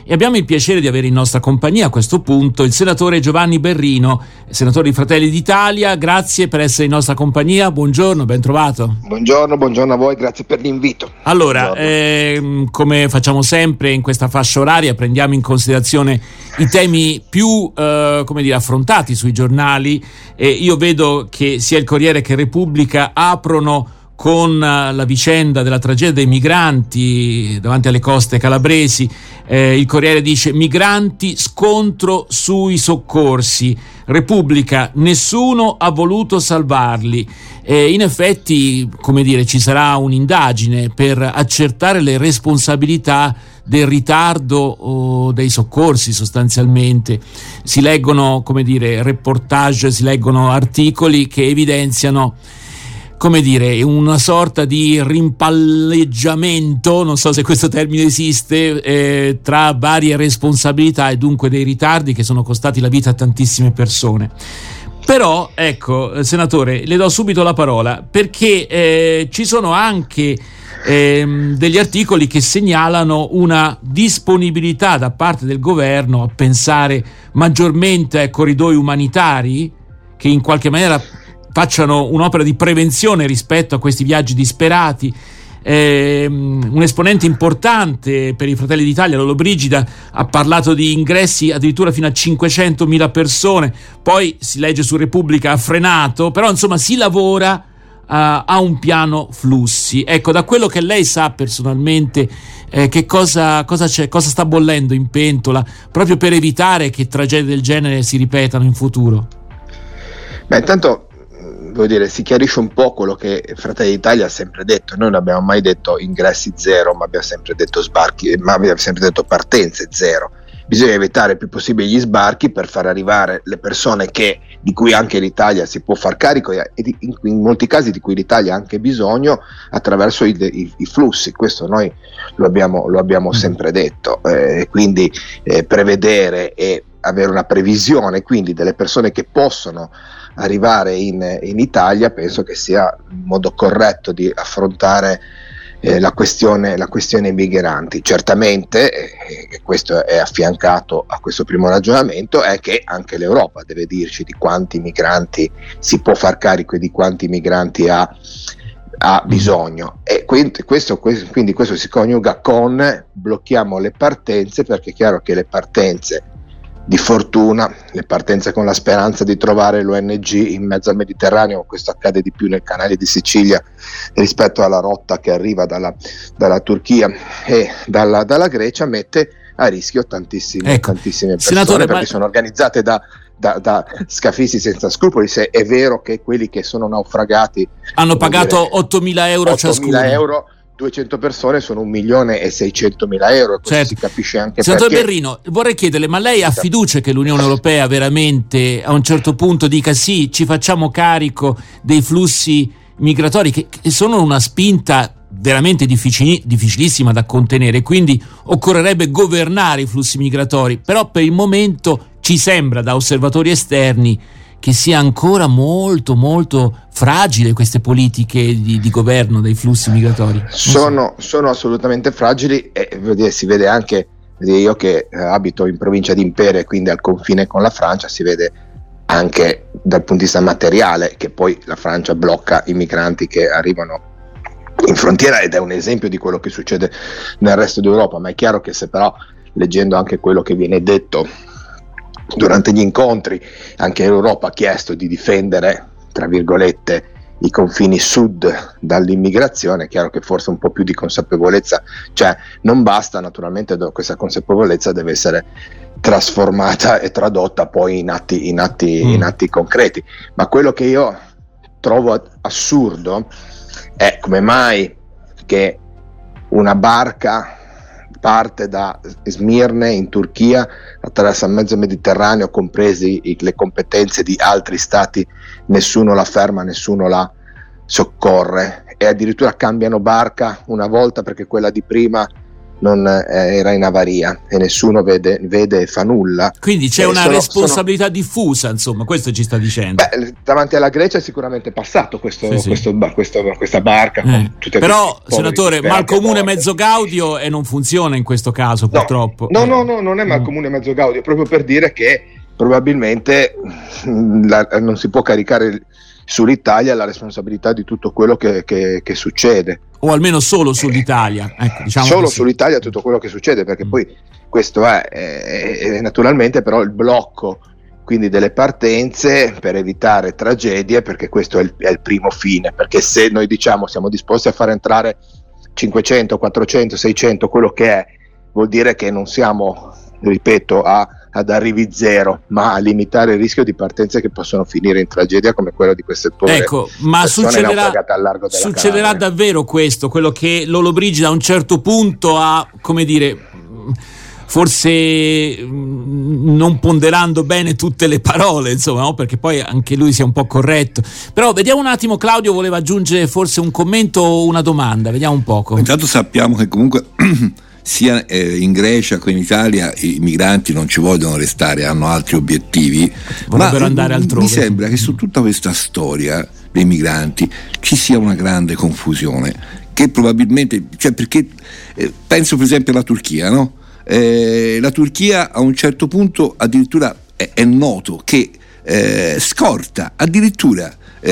e abbiamo il piacere di avere in nostra compagnia a questo punto il senatore Giovanni Berrino, senatore di Fratelli d'Italia. Grazie per essere in nostra compagnia, buongiorno, ben trovato. Buongiorno a voi, grazie per l'invito. Allora, come facciamo sempre in questa fascia oraria, prendiamo in considerazione i temi più affrontati sui giornali. Io vedo che sia il Corriere che Repubblica aprono con la vicenda della tragedia dei migranti davanti alle coste calabresi. Il Corriere dice: migranti, scontro sui soccorsi. Repubblica: nessuno ha voluto salvarli. In effetti, ci sarà un'indagine per accertare le responsabilità del ritardo dei soccorsi. Sostanzialmente si leggono reportage, si leggono articoli che evidenziano una sorta di rimpalleggiamento, non so se questo termine esiste, tra varie responsabilità e dunque dei ritardi che sono costati la vita a tantissime persone. Però, senatore, le do subito la parola, perché ci sono anche degli articoli che segnalano una disponibilità da parte del governo a pensare maggiormente a corridoi umanitari che in qualche maniera facciano un'opera di prevenzione rispetto a questi viaggi disperati. Un esponente importante per i Fratelli d'Italia, Lollobrigida, ha parlato di ingressi addirittura fino a 500.000 persone. Poi si legge su Repubblica ha frenato, però si lavora a un piano flussi. Da quello che lei sa personalmente, che cosa c'è, cosa sta bollendo in pentola proprio per evitare che tragedie del genere si ripetano in futuro? Intanto si chiarisce un po' quello che Fratelli d'Italia ha sempre detto. Noi non abbiamo mai detto ingressi zero, ma abbiamo sempre detto sbarchi, ma abbiamo sempre detto partenze zero. Bisogna evitare il più possibile gli sbarchi per far arrivare le persone di cui anche l'Italia si può far carico e in molti casi di cui l'Italia ha anche bisogno, attraverso i flussi. Questo noi lo abbiamo sempre detto, quindi prevedere e avere una previsione quindi delle persone che possono arrivare in Italia, penso che sia il modo corretto di affrontare la questione migranti. Certamente, e questo è affiancato a questo primo ragionamento, è che anche l'Europa deve dirci di quanti migranti si può far carico e di quanti migranti ha bisogno, e quindi questo si coniuga con blocchiamo le partenze, perché è chiaro che le partenze di fortuna, le partenze con la speranza di trovare l'ONG in mezzo al Mediterraneo, questo accade di più nel canale di Sicilia rispetto alla rotta che arriva dalla Turchia e dalla Grecia, mette a rischio tantissime persone, senatore, perché sono organizzate da scafisti senza scrupoli. Se è vero che quelli che sono naufragati hanno pagato 8.000 euro ciascuno, 200 persone sono 1.600.000 euro. Certo. Si capisce anche senatore perché. Berrino, vorrei chiederle, ma lei ha fiducia che l'Unione Europea veramente a un certo punto dica sì, ci facciamo carico dei flussi migratori che sono una spinta veramente difficilissima da contenere, quindi occorrerebbe governare i flussi migratori, però per il momento ci sembra da osservatori esterni che sia ancora molto molto fragile queste politiche di governo dei flussi migratori? Sono assolutamente fragili, e si vede anche, io che abito in provincia di Imperia e quindi al confine con la Francia, si vede anche dal punto di vista materiale che poi la Francia blocca i migranti che arrivano in frontiera, ed è un esempio di quello che succede nel resto d'Europa. Ma è chiaro che se però, leggendo anche quello che viene detto durante gli incontri, anche l'Europa ha chiesto di difendere, tra virgolette, i confini sud dall'immigrazione, è chiaro che forse un po' più di consapevolezza non basta. Naturalmente questa consapevolezza deve essere trasformata e tradotta poi in atti concreti. Ma quello che io trovo assurdo è come mai che una barca parte da Smirne in Turchia, attraversa il mezzo Mediterraneo, compresi le competenze di altri stati, nessuno la ferma, nessuno la soccorre, e addirittura cambiano barca una volta perché quella di prima era in avaria e nessuno vede e fa nulla. Quindi c'è una responsabilità diffusa, insomma, questo ci sta dicendo. Beh, davanti alla Grecia è sicuramente passato questa barca. Con tutte però, senatore, mal comune mezzo gaudio e non funziona in questo caso, purtroppo. No, non è mal comune mezzo gaudio, proprio per dire che probabilmente non si può caricare sull'Italia la responsabilità di tutto quello che succede, o almeno solo sull'Italia, ecco, diciamo solo sull'Italia tutto quello che succede, perché poi questo è naturalmente però il blocco quindi delle partenze per evitare tragedie, perché questo è il primo fine, perché se noi diciamo siamo disposti a far entrare 500, 400, 600, quello che è, vuol dire che non siamo, ripeto, ad arrivi zero, ma a limitare il rischio di partenze che possono finire in tragedia come quella di queste povere ma succederà al largo della Calabria. Davvero questo, quello che Lollobrigida a un certo punto ha, come dire, forse non ponderando bene tutte le parole, insomma, no? Perché poi anche lui sia un po' corretto. Però vediamo un attimo, Claudio voleva aggiungere forse un commento o una domanda, vediamo un poco. Intanto sappiamo che comunque sia in Grecia che in Italia i migranti non ci vogliono restare, hanno altri obiettivi, vorrebbero andare altrove. Mi sembra che su tutta questa storia dei migranti ci sia una grande confusione, che probabilmente, perché penso per esempio alla Turchia, no? La Turchia a un certo punto addirittura è noto che scorta addirittura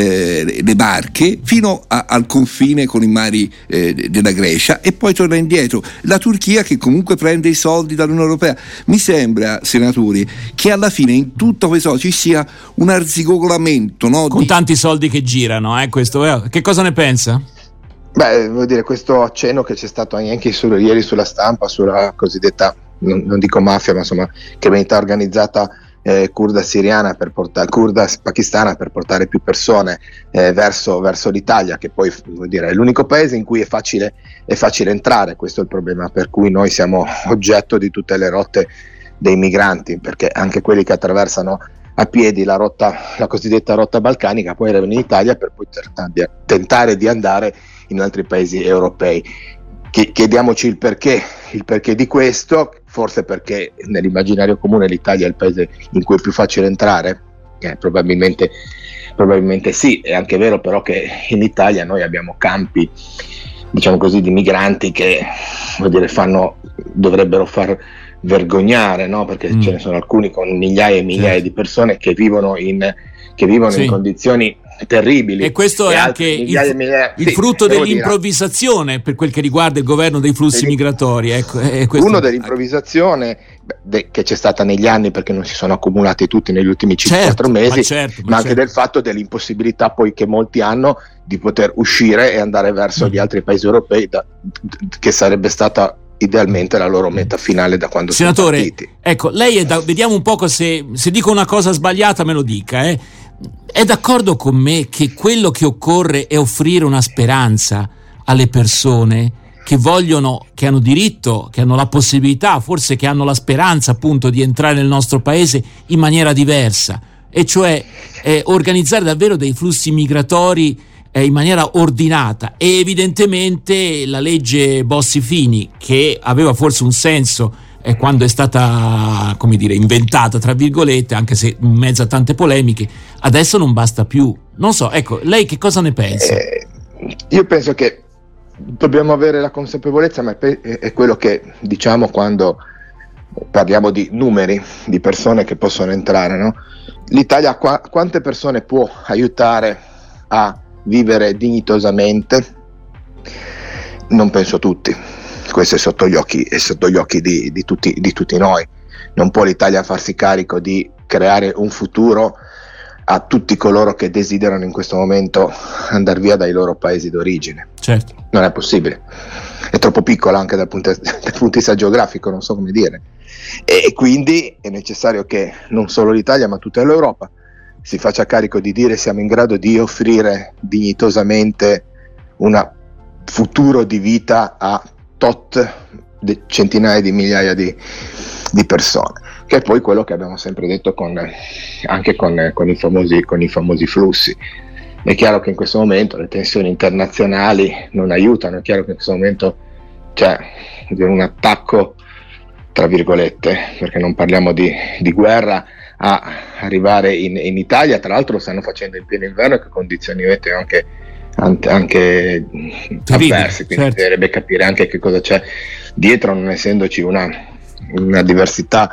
le barche fino al confine con i mari della Grecia e poi torna indietro. La Turchia che comunque prende i soldi dall'Unione Europea. Mi sembra, senatori, che alla fine in tutto questo ci sia un arzigogolamento, no? Con tanti soldi che girano, questo. Che cosa ne pensa? Beh, vuol dire, questo accenno che c'è stato anche ieri sulla stampa, sulla cosiddetta, non dico mafia, ma insomma criminalità organizzata kurda siriana kurda pakistana per portare più persone verso l'Italia, che poi vuol dire è l'unico paese in cui è facile entrare. Questo è il problema per cui noi siamo oggetto di tutte le rotte dei migranti, perché anche quelli che attraversano a piedi la cosiddetta rotta balcanica poi arrivano in Italia per poi tentare di andare in altri paesi europei. Chiediamoci il perché di questo, forse perché nell'immaginario comune l'Italia è il paese in cui è più facile entrare, probabilmente sì. È anche vero però che in Italia noi abbiamo campi, diciamo così, di migranti che vuol dire dovrebbero far vergognare, no? Perché ce ne sono alcuni con migliaia e migliaia di persone che vivono in condizioni terribili, e questo è anche il frutto dell'improvvisazione per quel che riguarda il governo dei flussi migratori. Uno dell'improvvisazione che c'è stata negli anni, perché non si sono accumulati tutti negli ultimi 5-4 mesi, ma anche del fatto dell'impossibilità poi che molti hanno di poter uscire e andare verso gli altri paesi europei, che sarebbe stata idealmente la loro meta finale da quando Senatore, sono partiti. Ecco, lei vediamo un poco se dico una cosa sbagliata me lo dica. È d'accordo con me che quello che occorre è offrire una speranza alle persone che vogliono, che hanno diritto, che hanno la possibilità, forse che hanno la speranza appunto di entrare nel nostro paese in maniera diversa, e cioè organizzare davvero dei flussi migratori in maniera ordinata. E evidentemente la legge Bossi-Fini, che aveva forse un senso quando è stata, come dire, inventata tra virgolette, anche se in mezzo a tante polemiche, adesso non basta più. Non so, ecco, lei che cosa ne pensa? Io penso che dobbiamo avere la consapevolezza, ma è quello che diciamo quando parliamo di numeri di persone che possono entrare, no? L'Italia quante persone può aiutare a vivere dignitosamente? Non penso tutti. Questo è sotto gli occhi di tutti noi. Non può l'Italia farsi carico di creare un futuro a tutti coloro che desiderano in questo momento andare via dai loro paesi d'origine. Certo. Non è possibile. È troppo piccola anche dal punto di vista geografico, non so come dire. E quindi è necessario che non solo l'Italia, ma tutta l'Europa si faccia carico di dire: siamo in grado di offrire dignitosamente un futuro di vita a centinaia di migliaia di persone, che è poi quello che abbiamo sempre detto anche con i famosi flussi. È chiaro che in questo momento le tensioni internazionali non aiutano, è chiaro che in questo momento cioè un attacco tra virgolette, perché non parliamo di guerra, a arrivare in Italia. Tra l'altro lo stanno facendo in pieno inverno, che condizioni meteo anche avverse, quindi certo. Dovrebbe capire anche che cosa c'è dietro, non essendoci una diversità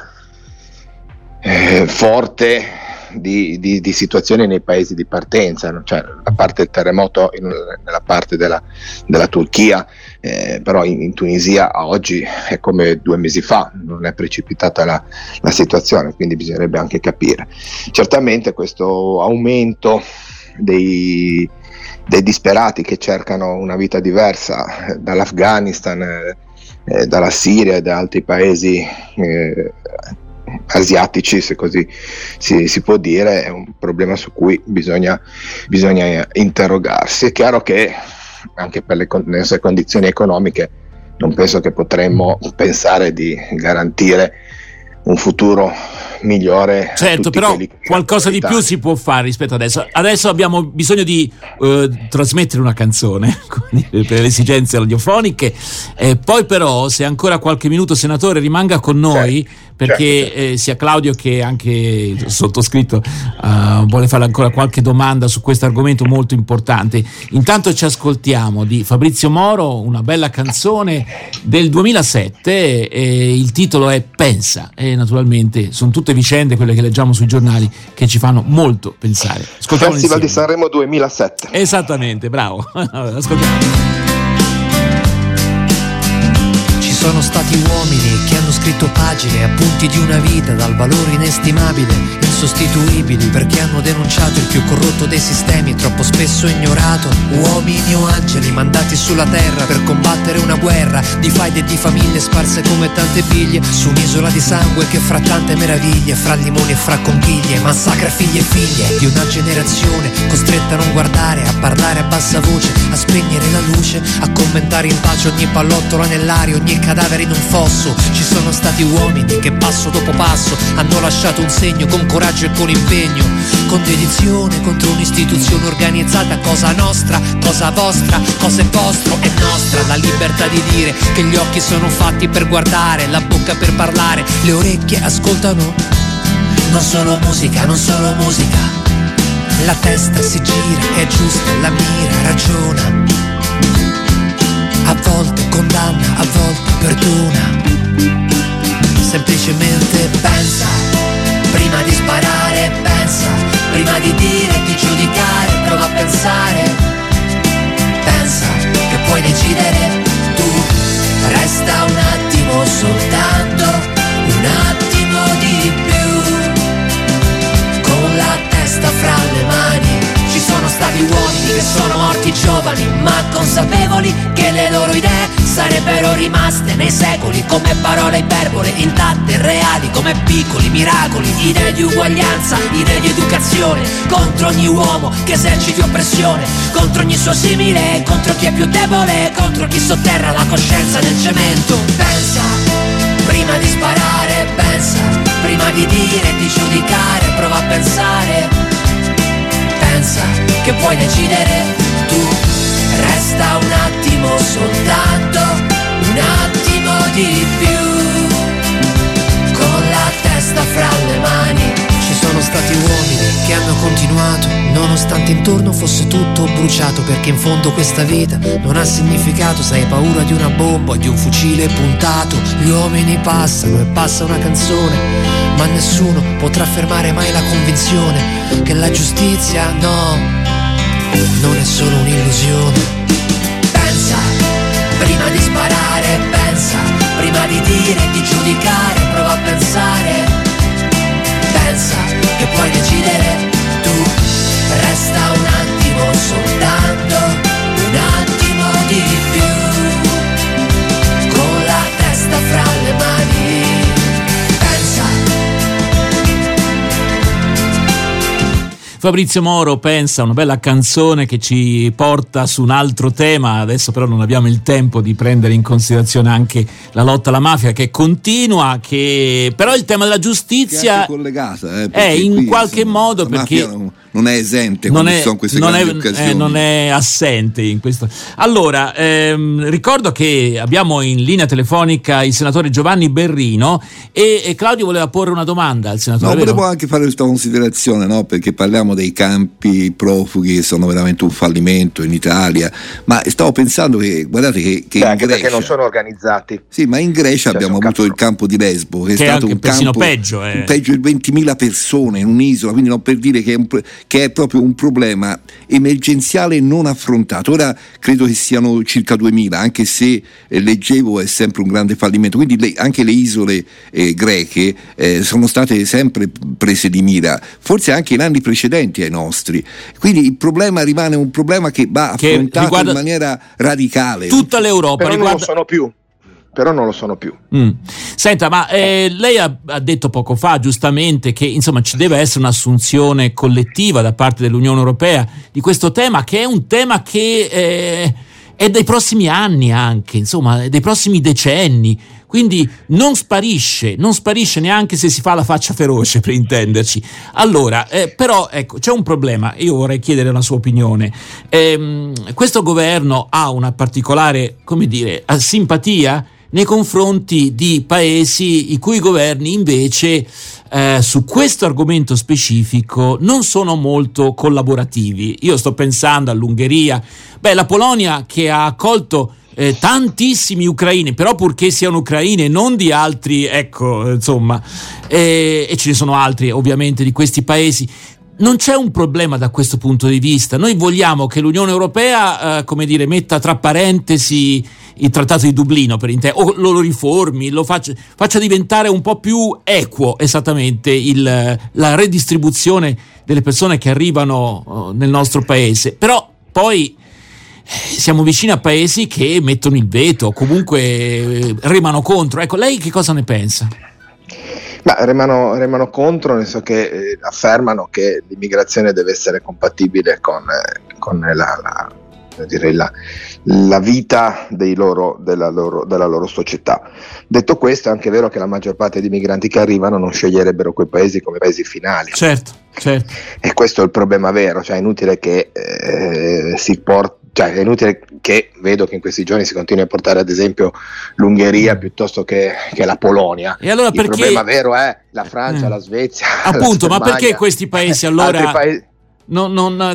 forte di situazioni nei paesi di partenza, cioè a parte il terremoto nella parte della Turchia, però in Tunisia a oggi è come 2 mesi fa, non è precipitata la situazione, quindi bisognerebbe anche capire. Certamente questo aumento dei disperati che cercano una vita diversa dall'Afghanistan, dalla Siria e da altri paesi asiatici, se così si può dire, è un problema su cui bisogna interrogarsi. È chiaro che anche per le nostre condizioni economiche non penso che potremmo pensare di garantire un futuro migliore. Certo, però qualcosa di più si può fare rispetto adesso. Adesso abbiamo bisogno di trasmettere una canzone per le esigenze radiofoniche, poi però se ancora qualche minuto, senatore, rimanga con noi, perché sia Claudio che anche il sottoscritto vuole fare ancora qualche domanda su questo argomento molto importante. Intanto ci ascoltiamo di Fabrizio Moro una bella canzone del 2007, il titolo è Pensa, e naturalmente sono tutte vicende, quelle che leggiamo sui giornali, che ci fanno molto pensare. Ascoltiamo Festival insieme. di Sanremo 2007. Esattamente, bravo. Ascoltiamo. Sono stati uomini che hanno scritto pagine, appunti di una vita dal valore inestimabile, insostituibili, perché hanno denunciato il più corrotto dei sistemi, troppo spesso ignorato. Uomini o angeli mandati sulla terra per combattere una guerra di faide e di famiglie sparse come tante biglie su un'isola di sangue che fra tante meraviglie, fra limoni e fra conchiglie, massacra figli e figlie di una generazione costretta a non guardare, a parlare a bassa voce, a spegnere la luce, a commentare in pace ogni pallottola nell'aria, ogni cadavere in un fosso. Ci sono stati uomini che passo dopo passo hanno lasciato un segno con coraggio e con impegno, con dedizione contro un'istituzione organizzata, cosa nostra, cosa vostra, cosa è vostro è nostra. La libertà di dire che gli occhi sono fatti per guardare, la bocca per parlare, le orecchie ascoltano. Non solo musica, non solo musica, la testa si gira, è giusta, la mira, ragiona. A volte condanna, a volte perdona. Semplicemente pensa, prima di sparare, pensa, prima di dire, di giudicare, prova a pensare. Pensa che puoi decidere tu, resta un attimo soltanto, un attimo di più, con la testa fra le mani. Ci sono stati uomini che sono morti giovani, ma consapevoli che le loro idee sarebbero rimaste nei secoli come parole iperbole, intatte e reali come piccoli miracoli. Idee di uguaglianza, idee di educazione, contro ogni uomo che eserciti oppressione, contro ogni suo simile, contro chi è più debole, contro chi sotterra la coscienza nel cemento. Pensa, prima di sparare, pensa, prima di dire e di giudicare, prova a pensare. Pensa che puoi decidere tu, resta un attimo soltanto, un attimo di più, con la testa fra le mani. Ci sono stati uomini che hanno continuato, nonostante intorno fosse tutto bruciato, perché in fondo questa vita non ha significato se hai paura di una bomba o di un fucile puntato. Gli uomini passano e passa una canzone, ma nessuno potrà fermare mai la convinzione che la giustizia, no, non è solo un'illusione. Pensa, prima di sparare, pensa, prima di dire e di giudicare, prova a pensare. Pensa che puoi decidere tu, resta un attimo soltanto, un attimo di più, con la testa fra le mani. Fabrizio Moro, Pensa, una bella canzone che ci porta su un altro tema. Adesso però non abbiamo il tempo di prendere in considerazione anche la lotta alla mafia che continua, che però il tema della giustizia è collegata, è in qualche modo, perché non è esente quando ci sono queste grandi occasioni. Non è assente in questo. Allora, ricordo che abbiamo in linea telefonica il senatore Giovanni Berrino e Claudio voleva porre una domanda al senatore. No, volevo anche fare questa considerazione, no? Perché parliamo dei campi profughi che sono veramente un fallimento in Italia, ma stavo pensando che, guardate che in Grecia, perché non sono organizzati. Sì, ma in Grecia abbiamo avuto il campo di Lesbo, che è stato un campo peggio di 20.000 persone in un'isola, quindi non per dire che è proprio un problema emergenziale non affrontato. Ora credo che siano circa 2.000, anche se leggevo è sempre un grande fallimento, quindi anche le isole greche sono state sempre prese di mira, forse anche in anni precedenti ai nostri, quindi il problema rimane un problema che va affrontato in maniera radicale. Tutta l'Europa, però non lo sono più. Però non lo sono più. Senta, ma lei ha detto poco fa giustamente che insomma ci deve essere un'assunzione collettiva da parte dell'Unione Europea di questo tema, che è un tema che è dei prossimi anni, anche insomma dei prossimi decenni, quindi non sparisce neanche se si fa la faccia feroce, per intenderci. Allora, però ecco, c'è un problema, io vorrei chiedere la sua opinione. Questo governo ha una particolare, come dire, simpatia nei confronti di paesi i cui governi invece su questo argomento specifico non sono molto collaborativi. Io sto pensando all'Ungheria, la Polonia, che ha accolto tantissimi ucraini, però purché siano ucraini e non di altri, ecco, insomma, e ce ne sono altri ovviamente di questi paesi. Non c'è un problema da questo punto di vista. Noi vogliamo che l'Unione Europea, metta tra parentesi il Trattato di Dublino, o lo riformi, lo faccia diventare un po' più equo, esattamente, la redistribuzione delle persone che arrivano nel nostro paese. Però poi siamo vicini a paesi che mettono il veto, o comunque remano contro. Ecco, lei che cosa ne pensa? Ma remano contro, nel senso che affermano che l'immigrazione deve essere compatibile con la vita della loro società. Detto questo, è anche vero che la maggior parte dei migranti che arrivano non sceglierebbero quei paesi come paesi finali. Certo. E questo è il problema vero, cioè è inutile che è inutile che vedo che in questi giorni si continui a portare ad esempio l'Ungheria piuttosto che la Polonia. E allora il problema vero è la Francia, la Svezia, appunto, la Germania, ma perché questi paesi allora non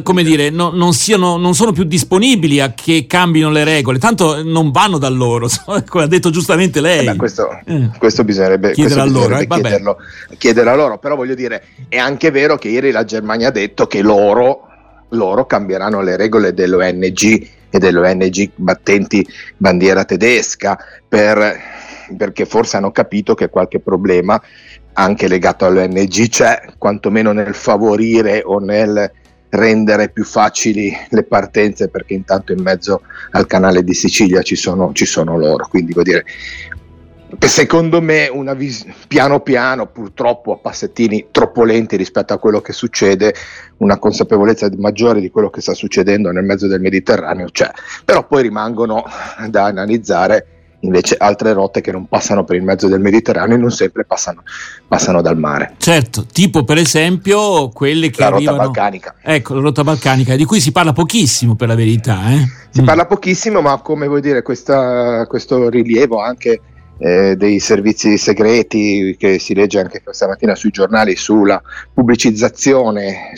sono più disponibili a che cambino le regole, tanto non vanno da loro, come ha detto giustamente lei. Questo bisognerebbe chiederlo a loro, però voglio dire, è anche vero che ieri la Germania ha detto che loro cambieranno le regole dell'ONG e dell'ONG battenti bandiera tedesca, perché forse hanno capito che qualche problema anche legato all'ONG c'è, quantomeno nel favorire o nel rendere più facili le partenze, perché intanto in mezzo al canale di Sicilia ci sono loro. Quindi vuol dire, secondo me piano piano, purtroppo a passettini troppo lenti rispetto a quello che succede, una consapevolezza maggiore di quello che sta succedendo nel mezzo del Mediterraneo c'è, però poi rimangono da analizzare invece altre rotte che non passano per il mezzo del Mediterraneo e non sempre passano dal mare. Certo, tipo per esempio quelle che arrivano... rotta balcanica. Ecco, la rotta balcanica, di cui si parla pochissimo, per la verità. Si parla pochissimo, ma come vuoi dire, questo rilievo anche dei servizi segreti che si legge anche questa mattina sui giornali sulla pubblicizzazione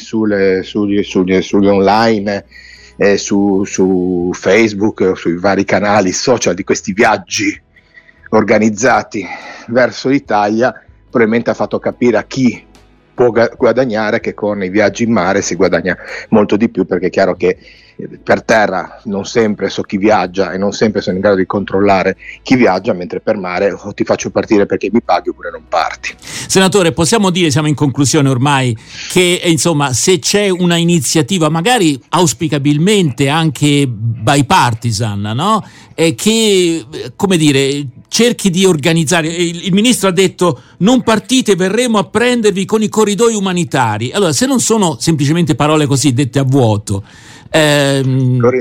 sugli online, su Facebook, sui vari canali social di questi viaggi organizzati verso l'Italia, probabilmente ha fatto capire a chi può guadagnare che con i viaggi in mare si guadagna molto di più, perché è chiaro che per terra non sempre so chi viaggia e non sempre sono in grado di controllare chi viaggia, mentre per mare o ti faccio partire perché mi paghi oppure non parti. Senatore, possiamo dire, siamo in conclusione ormai, che insomma se c'è una iniziativa magari auspicabilmente anche bipartisan, no? Che, come dire, cerchi di organizzare, il ministro ha detto non partite, verremo a prendervi con i corridoi umanitari. Allora, se non sono semplicemente parole così dette a vuoto,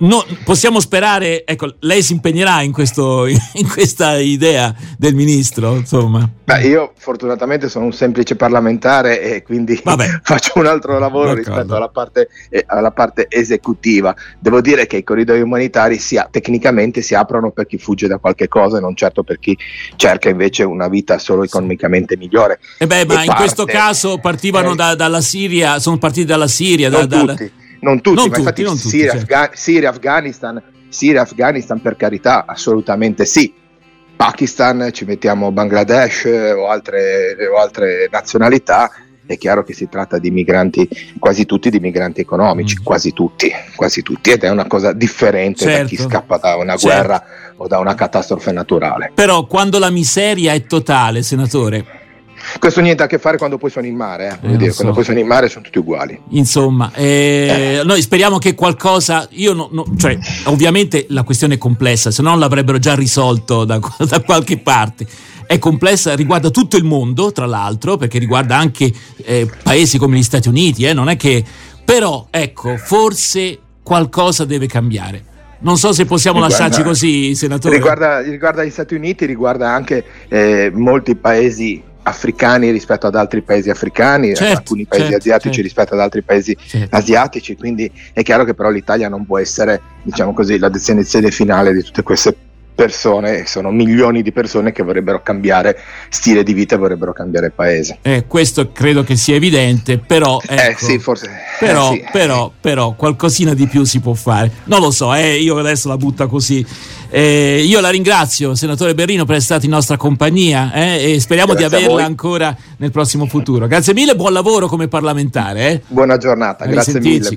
possiamo sperare, ecco, lei si impegnerà in questa idea del ministro, insomma. Beh, io fortunatamente sono un semplice parlamentare e quindi faccio un altro lavoro rispetto alla parte esecutiva. Devo dire che i corridoi umanitari tecnicamente si aprono per chi fugge da qualche cosa e non certo per chi cerca invece una vita solo economicamente migliore. Ma in questo caso partivano dalla Siria, sono partiti dalla Siria. Non tutti, infatti Siria, Afghanistan per carità, assolutamente sì. Pakistan, ci mettiamo Bangladesh o altre nazionalità, è chiaro che si tratta di migranti, quasi tutti di migranti economici, quasi tutti, ed è una cosa differente da chi scappa da una guerra o da una catastrofe naturale. Però quando la miseria è totale, senatore, questo niente ha a che fare quando poi sono in mare, quando poi sono in mare sono tutti uguali. Insomma, noi speriamo che qualcosa, cioè ovviamente la questione è complessa, se no l'avrebbero già risolto da qualche parte. È complessa, riguarda tutto il mondo, tra l'altro, perché riguarda anche paesi come gli Stati Uniti, non è che, però ecco, forse qualcosa deve cambiare. Non so se possiamo lasciarci così, senatore. Riguarda gli Stati Uniti, riguarda anche molti paesi africani rispetto ad altri paesi africani, alcuni paesi asiatici rispetto ad altri paesi asiatici, quindi è chiaro che però l'Italia non può essere, diciamo così, la destinazione finale di tutte queste persone. Sono milioni di persone che vorrebbero cambiare stile di vita e vorrebbero cambiare paese. Questo credo che sia evidente, però ecco, sì, forse però qualcosina di più si può fare. Non lo so, io adesso la butto così. Io la ringrazio, senatore Berrino, per essere stato in nostra compagnia e speriamo di averla ancora nel prossimo futuro. Grazie mille, buon lavoro come parlamentare. Buona giornata, grazie mille.